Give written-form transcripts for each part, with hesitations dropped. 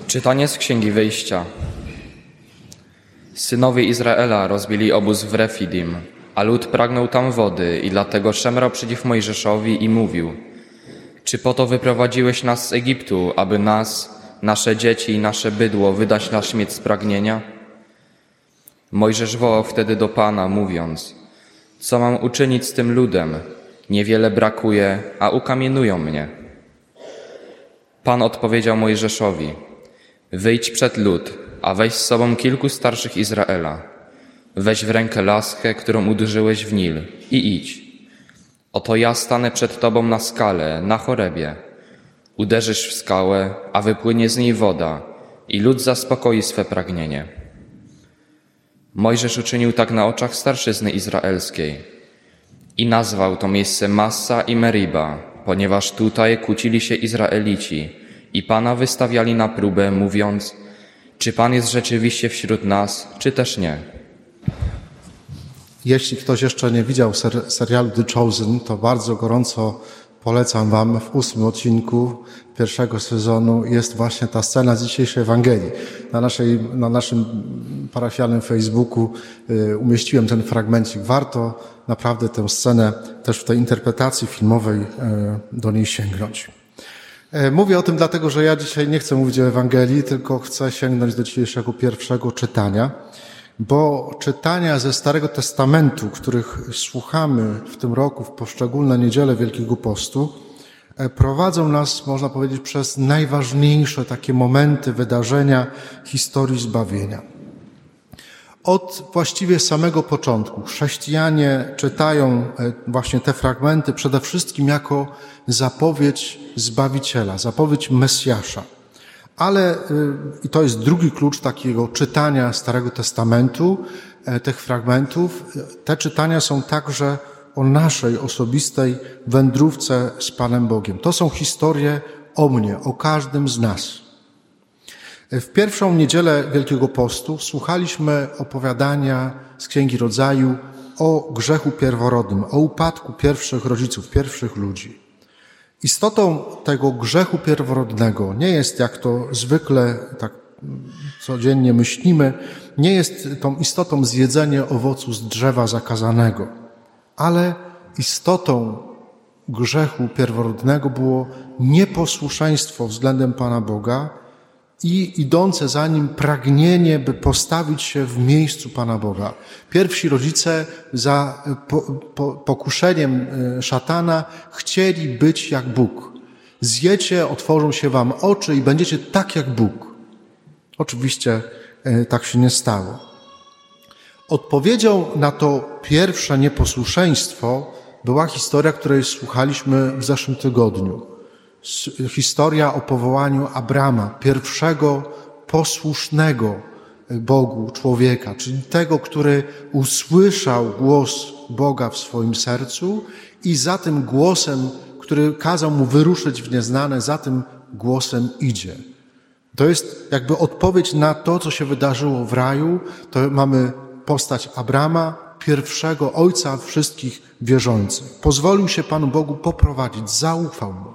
Czytanie z Księgi Wyjścia. Synowie Izraela rozbili obóz w Refidim, a lud pragnął tam wody i dlatego szemrał przeciw Mojżeszowi i mówił: czy po to wyprowadziłeś nas z Egiptu, aby nas, nasze dzieci i nasze bydło wydać na śmierć z pragnienia? Mojżesz wołał wtedy do Pana, mówiąc: co mam uczynić z tym ludem? Niewiele brakuje, a ukamienuje mnie. Pan odpowiedział Mojżeszowi: wyjdź przed lud, a weź z sobą kilku starszych Izraela. Weź w rękę laskę, którą uderzyłeś w Nil, i idź. Oto ja stanę przed tobą na skale, na Chorebie. Uderzysz w skałę, a wypłynie z niej woda, i lud zaspokoi swe pragnienie. Mojżesz uczynił tak na oczach starszyzny izraelskiej i nazwał to miejsce Massa i Meriba, ponieważ tutaj kłócili się Izraelici i Pana wystawiali na próbę, mówiąc: czy Pan jest rzeczywiście wśród nas, czy też nie? Jeśli ktoś jeszcze nie widział serialu The Chosen, to bardzo gorąco polecam Wam. W 8. odcinku pierwszego sezonu jest właśnie ta scena z dzisiejszej Ewangelii. Na naszym parafialnym Facebooku umieściłem ten fragmencik. Warto naprawdę tę scenę też w tej interpretacji filmowej do niej sięgnąć. Mówię o tym dlatego, że ja dzisiaj nie chcę mówić o Ewangelii, tylko chcę sięgnąć do dzisiejszego pierwszego czytania, bo czytania ze Starego Testamentu, których słuchamy w tym roku w poszczególne niedziele Wielkiego Postu, prowadzą nas, można powiedzieć, przez najważniejsze takie momenty, wydarzenia historii zbawienia. Od właściwie samego początku chrześcijanie czytają właśnie te fragmenty przede wszystkim jako zapowiedź Zbawiciela, zapowiedź Mesjasza. Ale, i to jest drugi klucz takiego czytania Starego Testamentu, tych fragmentów, te czytania są także o naszej osobistej wędrówce z Panem Bogiem. To są historie o mnie, o każdym z nas. W pierwszą niedzielę Wielkiego Postu słuchaliśmy opowiadania z Księgi Rodzaju o grzechu pierworodnym, o upadku pierwszych rodziców, pierwszych ludzi. Istotą tego grzechu pierworodnego nie jest, jak to zwykle tak codziennie myślimy, nie jest tą istotą zjedzenie owocu z drzewa zakazanego, ale istotą grzechu pierworodnego było nieposłuszeństwo względem Pana Boga i idące za nim pragnienie, by postawić się w miejscu Pana Boga. Pierwsi rodzice za pokuszeniem szatana chcieli być jak Bóg. Zjecie, otworzą się wam oczy i będziecie tak jak Bóg. Oczywiście tak się nie stało. Odpowiedzią na to pierwsze nieposłuszeństwo była historia, której słuchaliśmy w zeszłym tygodniu. Historia o powołaniu Abrama, pierwszego posłusznego Bogu człowieka, czyli tego, który usłyszał głos Boga w swoim sercu i za tym głosem, który kazał mu wyruszyć w nieznane, za tym głosem idzie. To jest jakby odpowiedź na to, co się wydarzyło w raju. To mamy postać Abrama, pierwszego ojca wszystkich wierzących. Pozwolił się Panu Bogu poprowadzić, zaufał mu.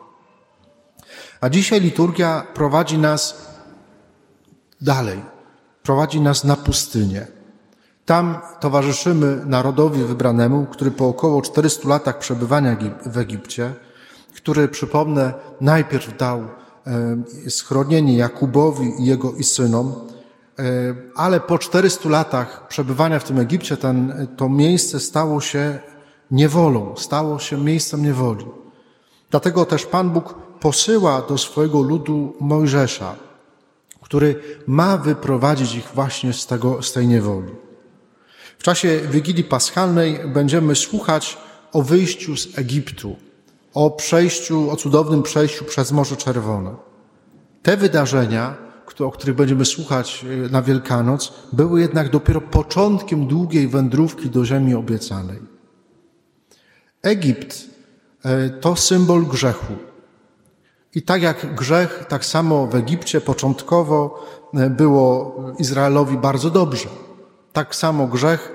A dzisiaj liturgia prowadzi nas dalej, prowadzi nas na pustynię. Tam towarzyszymy narodowi wybranemu, który po około 400 latach przebywania w Egipcie, który, przypomnę, najpierw dał schronienie Jakubowi i jego synom, ale po 400 latach przebywania w tym Egipcie to miejsce stało się niewolą, stało się miejscem niewoli. Dlatego też Pan Bóg posyła do swojego ludu Mojżesza, który ma wyprowadzić ich właśnie z tej niewoli. W czasie Wigilii Paschalnej będziemy słuchać o wyjściu z Egiptu, o cudownym przejściu przez Morze Czerwone. Te wydarzenia, o których będziemy słuchać na Wielkanoc, były jednak dopiero początkiem długiej wędrówki do ziemi obiecanej. Egipt to symbol grzechu. I tak jak grzech, tak samo w Egipcie początkowo było Izraelowi bardzo dobrze. Tak samo grzech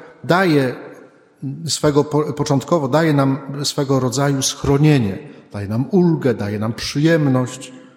początkowo daje nam swego rodzaju schronienie, daje nam ulgę, daje nam przyjemność.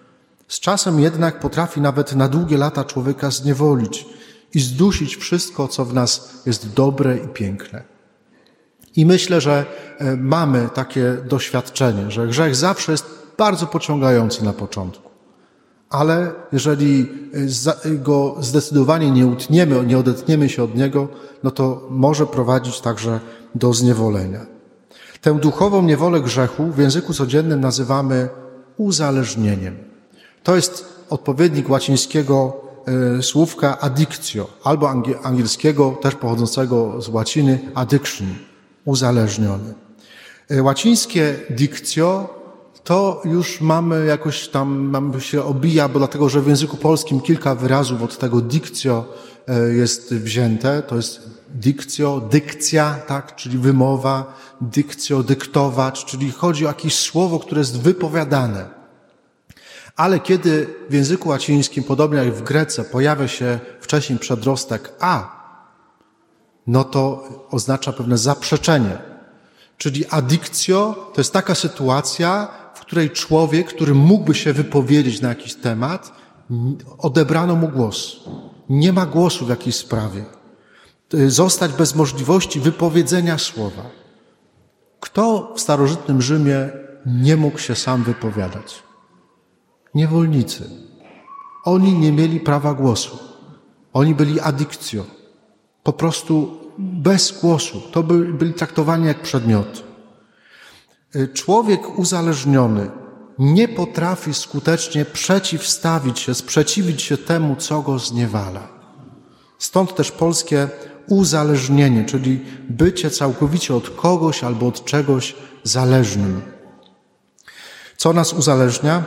Z czasem jednak potrafi nawet na długie lata człowieka zniewolić i zdusić wszystko, co w nas jest dobre i piękne. I myślę, że mamy takie doświadczenie, że grzech zawsze jest bardzo pociągający na początku. Ale jeżeli go zdecydowanie nie utniemy, nie odetniemy się od niego, no to może prowadzić także do zniewolenia. Tę duchową niewolę grzechu w języku codziennym nazywamy uzależnieniem. To jest odpowiednik łacińskiego słówka addictio, albo angielskiego, też pochodzącego z łaciny, addiction, uzależniony. Łacińskie dictio to już mamy jakoś tam się obija, bo dlatego, że w języku polskim kilka wyrazów od tego dictio jest wzięte. To jest dictio, dykcja, tak, czyli wymowa, dictio, dyktować, czyli chodzi o jakieś słowo, które jest wypowiadane. Ale kiedy w języku łacińskim, podobnie jak w Grece, pojawia się wcześniej przedrostek a, no to oznacza pewne zaprzeczenie. Czyli addictio to jest taka sytuacja, w której człowiek, który mógłby się wypowiedzieć na jakiś temat, odebrano mu głos. Nie ma głosu w jakiejś sprawie. Zostać bez możliwości wypowiedzenia słowa. Kto w starożytnym Rzymie nie mógł się sam wypowiadać? Niewolnicy. Oni nie mieli prawa głosu. Oni byli addictio. Po prostu bez głosu. To byli traktowani jak przedmioty. Człowiek uzależniony nie potrafi skutecznie sprzeciwić się temu, co go zniewala. Stąd też polskie uzależnienie, czyli bycie całkowicie od kogoś albo od czegoś zależnym. Co nas uzależnia?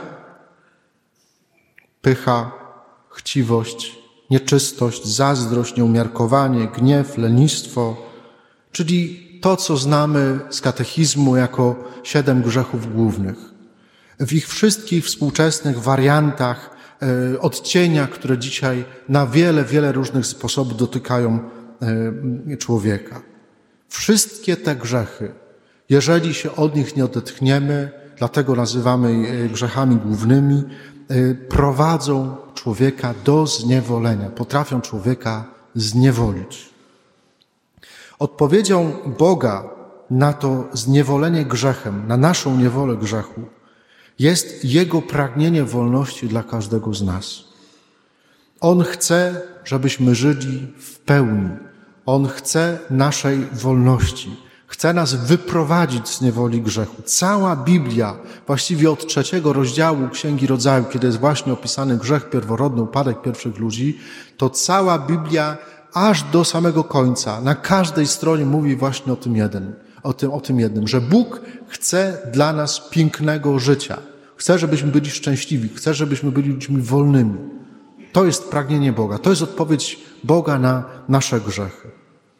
Pycha, chciwość, nieczystość, zazdrość, nieumiarkowanie, gniew, lenistwo, czyli to, co znamy z katechizmu jako 7 grzechów głównych. W ich wszystkich współczesnych wariantach, odcieniach, które dzisiaj na wiele różnych sposobów dotykają człowieka. Wszystkie te grzechy, jeżeli się od nich nie odetchniemy, dlatego nazywamy je grzechami głównymi, prowadzą człowieka do zniewolenia, potrafią człowieka zniewolić. Odpowiedzią Boga na to zniewolenie grzechem, na naszą niewolę grzechu, jest Jego pragnienie wolności dla każdego z nas. On chce, żebyśmy żyli w pełni. On chce naszej wolności. Chce nas wyprowadzić z niewoli grzechu. Cała Biblia, właściwie od 3 rozdziału Księgi Rodzaju, kiedy jest właśnie opisany grzech pierworodny, upadek pierwszych ludzi, to cała Biblia aż do samego końca, na każdej stronie mówi właśnie o tym jednym, że Bóg chce dla nas pięknego życia. Chce, żebyśmy byli szczęśliwi. Chce, żebyśmy byli ludźmi wolnymi. To jest pragnienie Boga. To jest odpowiedź Boga na nasze grzechy.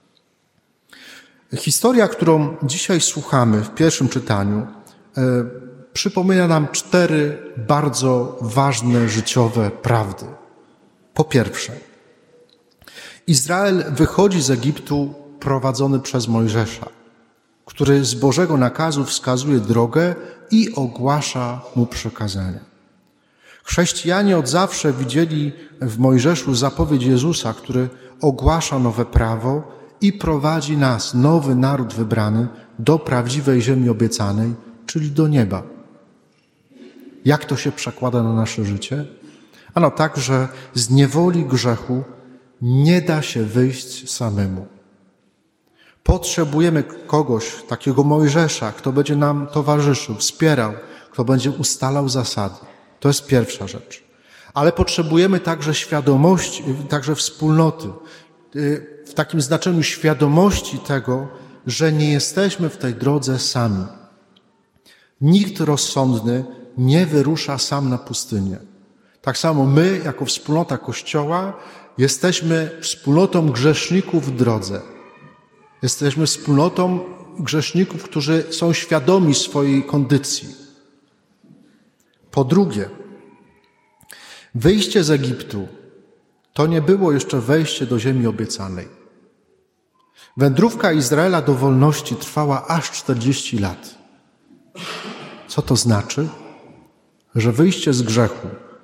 Historia, którą dzisiaj słuchamy w pierwszym czytaniu, przypomina nam 4 bardzo ważne życiowe prawdy. Po pierwsze, Izrael wychodzi z Egiptu prowadzony przez Mojżesza, który z Bożego nakazu wskazuje drogę i ogłasza mu przykazania. Chrześcijanie od zawsze widzieli w Mojżeszu zapowiedź Jezusa, który ogłasza nowe prawo i prowadzi nas, nowy naród wybrany, do prawdziwej ziemi obiecanej, czyli do nieba. Jak to się przekłada na nasze życie? Ano tak, że z niewoli grzechu nie da się wyjść samemu. Potrzebujemy kogoś, takiego Mojżesza, kto będzie nam towarzyszył, wspierał, kto będzie ustalał zasady. To jest pierwsza rzecz. Ale potrzebujemy także świadomości, także wspólnoty, w takim znaczeniu świadomości tego, że nie jesteśmy w tej drodze sami. Nikt rozsądny nie wyrusza sam na pustynię. Tak samo my, jako wspólnota Kościoła, jesteśmy wspólnotą grzeszników w drodze. Jesteśmy wspólnotą grzeszników, którzy są świadomi swojej kondycji. Po drugie, wyjście z Egiptu to nie było jeszcze wejście do ziemi obiecanej. Wędrówka Izraela do wolności trwała aż 40 lat. Co to znaczy? Że wyjście z grzechu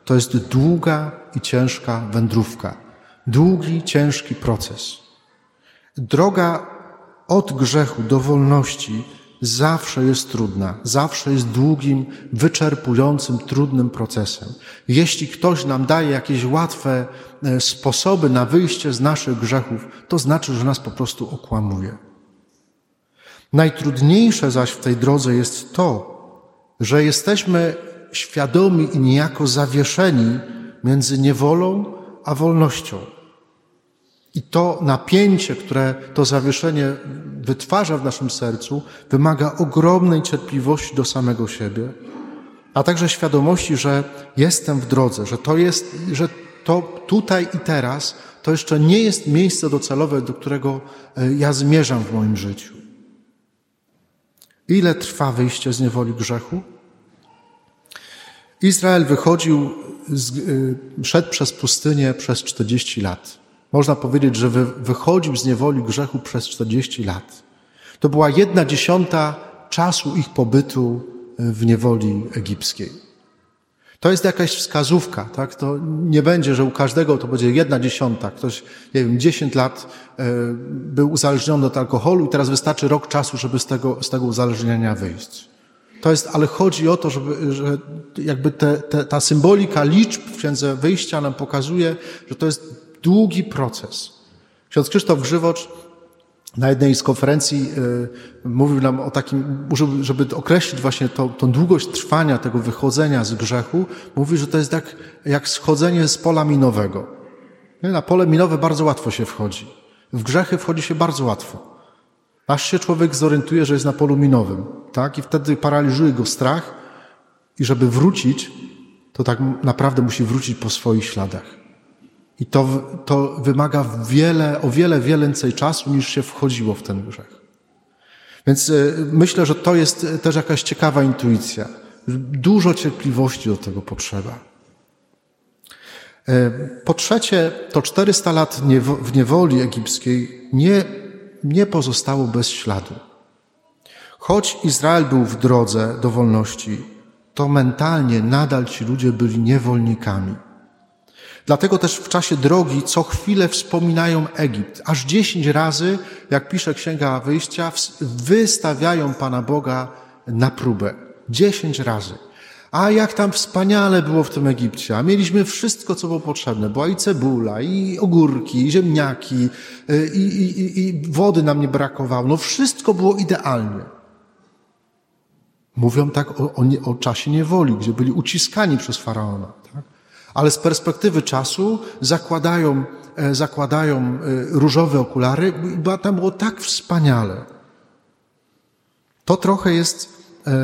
To jest długa i ciężka wędrówka. Długi, ciężki proces. Droga od grzechu do wolności zawsze jest trudna, zawsze jest długim, wyczerpującym, trudnym procesem. Jeśli ktoś nam daje jakieś łatwe sposoby na wyjście z naszych grzechów, to znaczy, że nas po prostu okłamuje. Najtrudniejsze zaś w tej drodze jest to, że jesteśmy świadomi i niejako zawieszeni między niewolą a wolnością. I to napięcie, które to zawieszenie wytwarza w naszym sercu, wymaga ogromnej cierpliwości do samego siebie, a także świadomości, że jestem w drodze, że to tutaj i teraz to jeszcze nie jest miejsce docelowe, do którego ja zmierzam w moim życiu. Ile trwa wyjście z niewoli grzechu? Izrael szedł przez pustynię przez 40 lat. Można powiedzieć, że wychodził z niewoli grzechu przez 40 lat. To była 1/10 czasu ich pobytu w niewoli egipskiej. To jest jakaś wskazówka, tak? To nie będzie, że u każdego to będzie 1/10. Ktoś, 10 lat był uzależniony od alkoholu i teraz wystarczy rok czasu, żeby z tego uzależnienia wyjść. Ale chodzi o to, że jakby ta symbolika liczb w Księdze Wyjścia nam pokazuje, że to jest długi proces. Ksiądz Krzysztof Grzywocz na jednej z konferencji mówił nam o takim, żeby określić właśnie tą długość trwania tego wychodzenia z grzechu, mówi, że to jest jak schodzenie z pola minowego. Na pole minowe bardzo łatwo się wchodzi. W grzechy wchodzi się bardzo łatwo. Aż się człowiek zorientuje, że jest na polu minowym, tak? I wtedy paraliżuje go strach i żeby wrócić, to tak naprawdę musi wrócić po swoich śladach. I to wymaga o wiele więcej czasu, niż się wchodziło w ten grzech. Więc myślę, że to jest też jakaś ciekawa intuicja. Dużo cierpliwości do tego potrzeba. Po trzecie, to 400 lat w niewoli egipskiej nie pozostało bez śladu. Choć Izrael był w drodze do wolności, to mentalnie nadal ci ludzie byli niewolnikami. Dlatego też w czasie drogi co chwilę wspominają Egipt. Aż 10 razy, jak pisze Księga Wyjścia, wystawiają Pana Boga na próbę. 10 razy. A jak tam wspaniale było w tym Egipcie. A mieliśmy wszystko, co było potrzebne. Była i cebula, i ogórki, i ziemniaki, i wody nam nie brakowało. No wszystko było idealnie. Mówią tak o czasie niewoli, gdzie byli uciskani przez Faraona. Tak? Ale z perspektywy czasu zakładają różowe okulary, bo tam było tak wspaniale. To trochę jest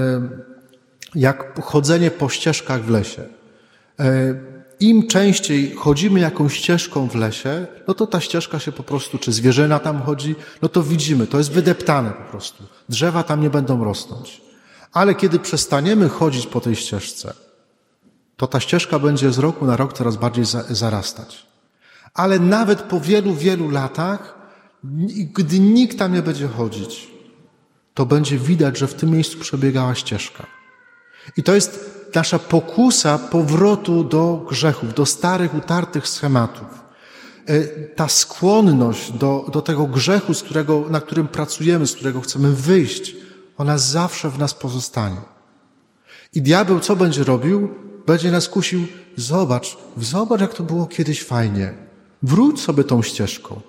jak chodzenie po ścieżkach w lesie. Im częściej chodzimy jakąś ścieżką w lesie, no to ta ścieżka się po prostu, czy zwierzyna tam chodzi, no to widzimy, to jest wydeptane po prostu. Drzewa tam nie będą rosnąć. Ale kiedy przestaniemy chodzić po tej ścieżce, to ta ścieżka będzie z roku na rok coraz bardziej zarastać. Ale nawet po wielu, wielu latach, gdy nikt tam nie będzie chodzić, to będzie widać, że w tym miejscu przebiegała ścieżka. I to jest nasza pokusa powrotu do grzechów, do starych, utartych schematów. Ta skłonność do tego grzechu, na którym pracujemy, z którego chcemy wyjść, ona zawsze w nas pozostanie. I diabeł co będzie robił? Będzie nas kusił, zobacz jak to było kiedyś fajnie. Wróć sobie tą ścieżką.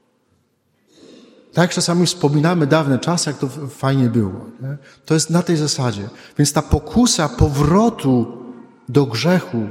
Tak czasami wspominamy dawne czasy, jak to fajnie było. Nie? To jest na tej zasadzie. Więc ta pokusa powrotu do grzechu,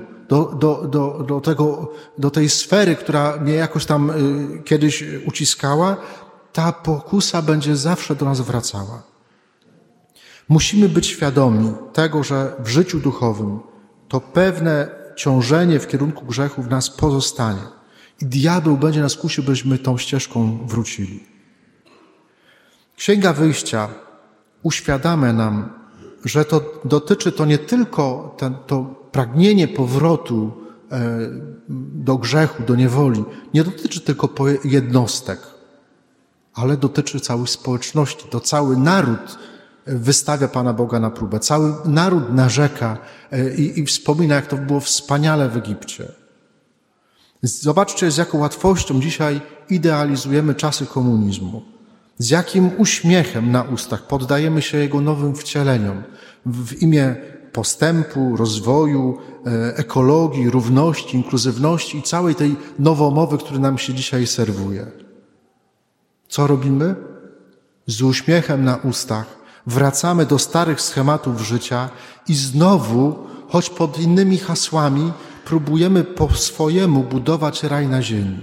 do tej sfery, która mnie jakoś tam kiedyś uciskała, ta pokusa będzie zawsze do nas wracała. Musimy być świadomi tego, że w życiu duchowym to pewne ciążenie w kierunku grzechu w nas pozostanie. I diabeł będzie nas kusił, byśmy tą ścieżką wrócili. Księga Wyjścia uświadamia nam, że dotyczy to nie tylko to pragnienie powrotu do grzechu, do niewoli, nie dotyczy tylko jednostek, ale dotyczy całej społeczności. To cały naród wystawia Pana Boga na próbę. Cały naród narzeka i wspomina, jak to było wspaniale w Egipcie. Zobaczcie, z jaką łatwością dzisiaj idealizujemy czasy komunizmu. Z jakim uśmiechem na ustach poddajemy się jego nowym wcieleniom w imię postępu, rozwoju, ekologii, równości, inkluzywności i całej tej nowomowy, która nam się dzisiaj serwuje. Co robimy? Z uśmiechem na ustach wracamy do starych schematów życia i znowu, choć pod innymi hasłami, próbujemy po swojemu budować raj na ziemi.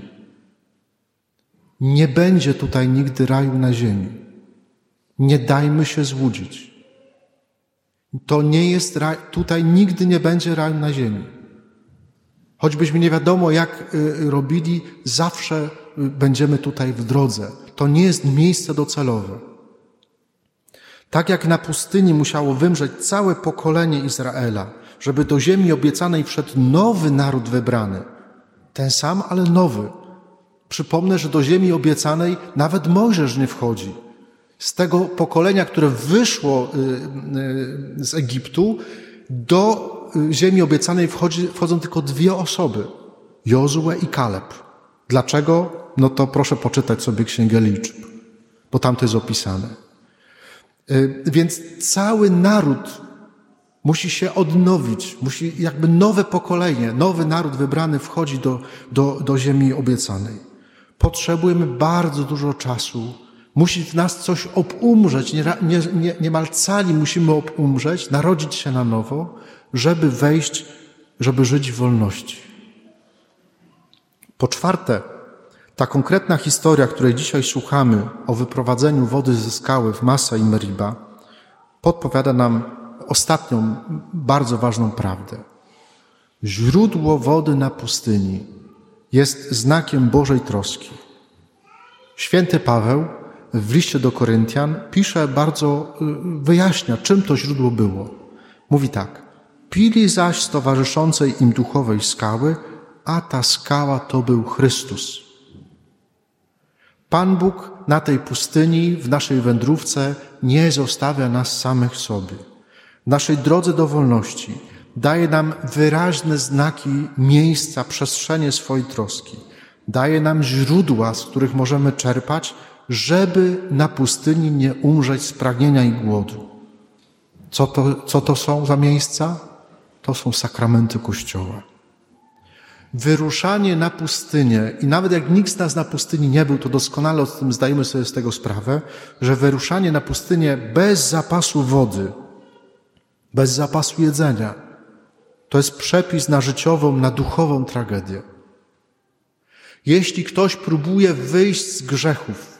Nie będzie tutaj nigdy raju na ziemi. Nie dajmy się złudzić. To nie jest raj, tutaj nigdy nie będzie raju na ziemi. Choćbyśmy nie wiadomo jak robili, zawsze będziemy tutaj w drodze. To nie jest miejsce docelowe. Tak jak na pustyni musiało wymrzeć całe pokolenie Izraela, żeby do ziemi obiecanej wszedł nowy naród wybrany. Ten sam, ale nowy. Przypomnę, że do ziemi obiecanej nawet Mojżesz nie wchodzi. Z tego pokolenia, które wyszło z Egiptu, do ziemi obiecanej wchodzą tylko 2 osoby. Jozue i Kaleb. Dlaczego? No to proszę poczytać sobie Księgę Liczb, bo tam to jest opisane. Więc cały naród musi się odnowić, musi jakby nowe pokolenie, nowy naród wybrany wchodzi do ziemi obiecanej. Potrzebujemy bardzo dużo czasu. Musi w nas coś obumrzeć, niemal cali musimy obumrzeć, narodzić się na nowo, żeby wejść, żeby żyć w wolności. Po czwarte, ta konkretna historia, której dzisiaj słuchamy, o wyprowadzeniu wody ze skały w Massa i Meriba, podpowiada nam ostatnią, bardzo ważną prawdę. Źródło wody na pustyni jest znakiem Bożej troski. Święty Paweł w liście do Koryntian pisze, bardzo wyjaśnia, czym to źródło było. Mówi tak: pili zaś z towarzyszącej im duchowej skały, a ta skała to był Chrystus. Pan Bóg na tej pustyni, w naszej wędrówce nie zostawia nas samych sobie. W naszej drodze do wolności daje nam wyraźne znaki miejsca, przestrzenie swojej troski. Daje nam źródła, z których możemy czerpać, żeby na pustyni nie umrzeć z pragnienia i głodu. Co to są za miejsca? To są sakramenty Kościoła. Wyruszanie na pustynię, i nawet jak nikt z nas na pustyni nie był, to doskonale o tym zdajemy sobie z tego sprawę, że wyruszanie na pustynię bez zapasu wody, bez zapasu jedzenia, to jest przepis na życiową, na duchową tragedię. Jeśli ktoś próbuje wyjść z grzechów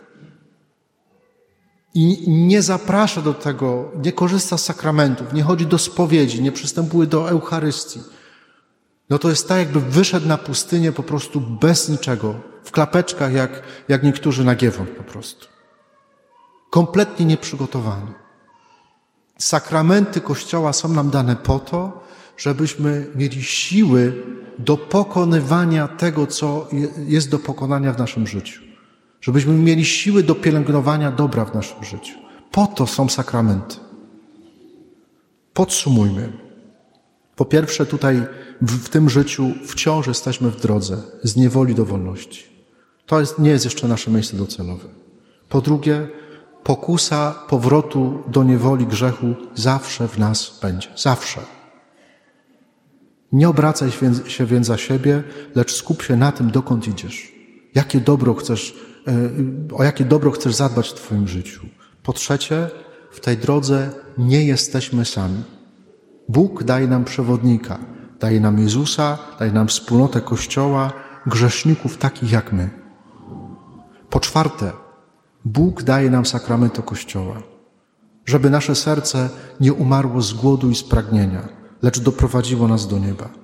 i nie zaprasza do tego, nie korzysta z sakramentów, nie chodzi do spowiedzi, nie przystępuje do Eucharystii, no to jest tak, jakby wyszedł na pustynię po prostu bez niczego, w klapeczkach, jak niektórzy na Giewont po prostu. Kompletnie nieprzygotowany. Sakramenty Kościoła są nam dane po to, żebyśmy mieli siły do pokonywania tego, co jest do pokonania w naszym życiu. Żebyśmy mieli siły do pielęgnowania dobra w naszym życiu. Po to są sakramenty. Podsumujmy. Po pierwsze, tutaj w tym życiu wciąż jesteśmy w drodze z niewoli do wolności. To nie jest jeszcze nasze miejsce docelowe. Po drugie, pokusa powrotu do niewoli grzechu zawsze w nas będzie. Zawsze. Nie obracaj się więc za siebie, lecz skup się na tym, dokąd idziesz. O jakie dobro chcesz zadbać w Twoim życiu. Po trzecie, w tej drodze nie jesteśmy sami. Bóg daje nam przewodnika, daje nam Jezusa, daje nam wspólnotę Kościoła, grzeszników takich jak my. Po czwarte, Bóg daje nam sakramenty Kościoła, żeby nasze serce nie umarło z głodu i z pragnienia, lecz doprowadziło nas do nieba.